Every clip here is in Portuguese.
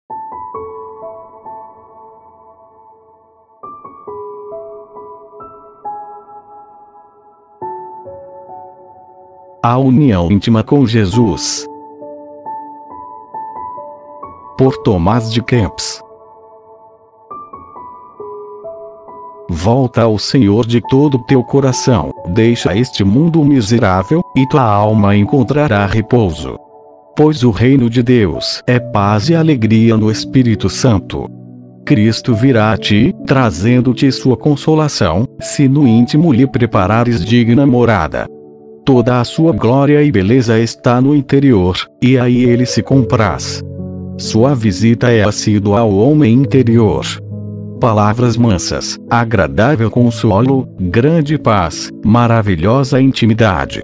A união íntima com Jesus. Por Tomás de Kempis. Volta ao Senhor de todo o teu coração, deixa este mundo miserável, e tua alma encontrará repouso. Pois o reino de Deus é paz e alegria no Espírito Santo. Cristo virá a ti, trazendo-te sua consolação, se no íntimo lhe preparares digna morada. Toda a sua glória e beleza está no interior, e aí ele se compraz. Sua visita é assídua ao homem interior. Palavras mansas, agradável consolo, grande paz, maravilhosa intimidade.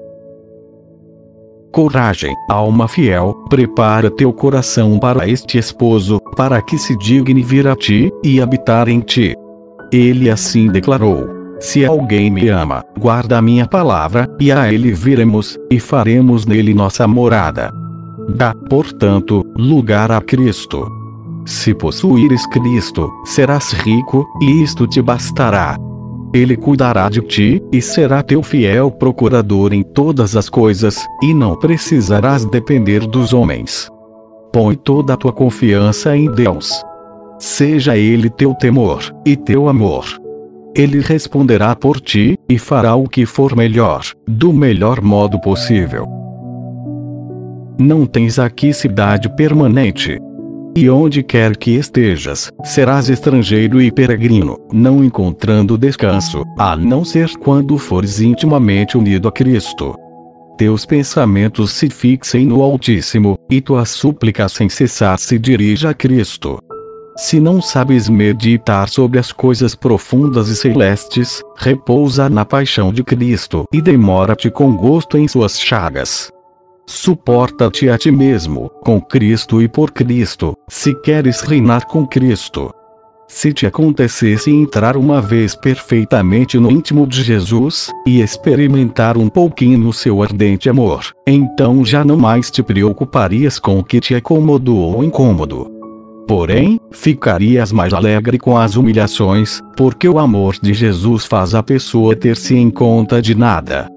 Coragem, alma fiel, prepara teu coração para este esposo, para que se digne vir a ti, e habitar em ti. Ele assim declarou: se alguém me ama, guarda a minha palavra, e a ele viremos, e faremos nele nossa morada. Dá, portanto, lugar a Cristo. Se possuíres Cristo, serás rico, e isto te bastará. Ele cuidará de ti, e será teu fiel procurador em todas as coisas, e não precisarás depender dos homens. Põe toda a tua confiança em Deus. Seja Ele teu temor, e teu amor. Ele responderá por ti, e fará o que for melhor, do melhor modo possível. Não tens aqui cidade permanente. E onde quer que estejas, serás estrangeiro e peregrino, não encontrando descanso, a não ser quando fores intimamente unido a Cristo. Teus pensamentos se fixem no Altíssimo, e tua súplica sem cessar se dirige a Cristo. Se não sabes meditar sobre as coisas profundas e celestes, repousa na paixão de Cristo, e demora-te com gosto em suas chagas. Suporta-te a ti mesmo, com Cristo e por Cristo, se queres reinar com Cristo. Se te acontecesse entrar uma vez perfeitamente no íntimo de Jesus, e experimentar um pouquinho o seu ardente amor, então já não mais te preocuparias com o que te acomodou ou incômodo. Porém, ficarias mais alegre com as humilhações, porque o amor de Jesus faz a pessoa ter-se em conta de nada.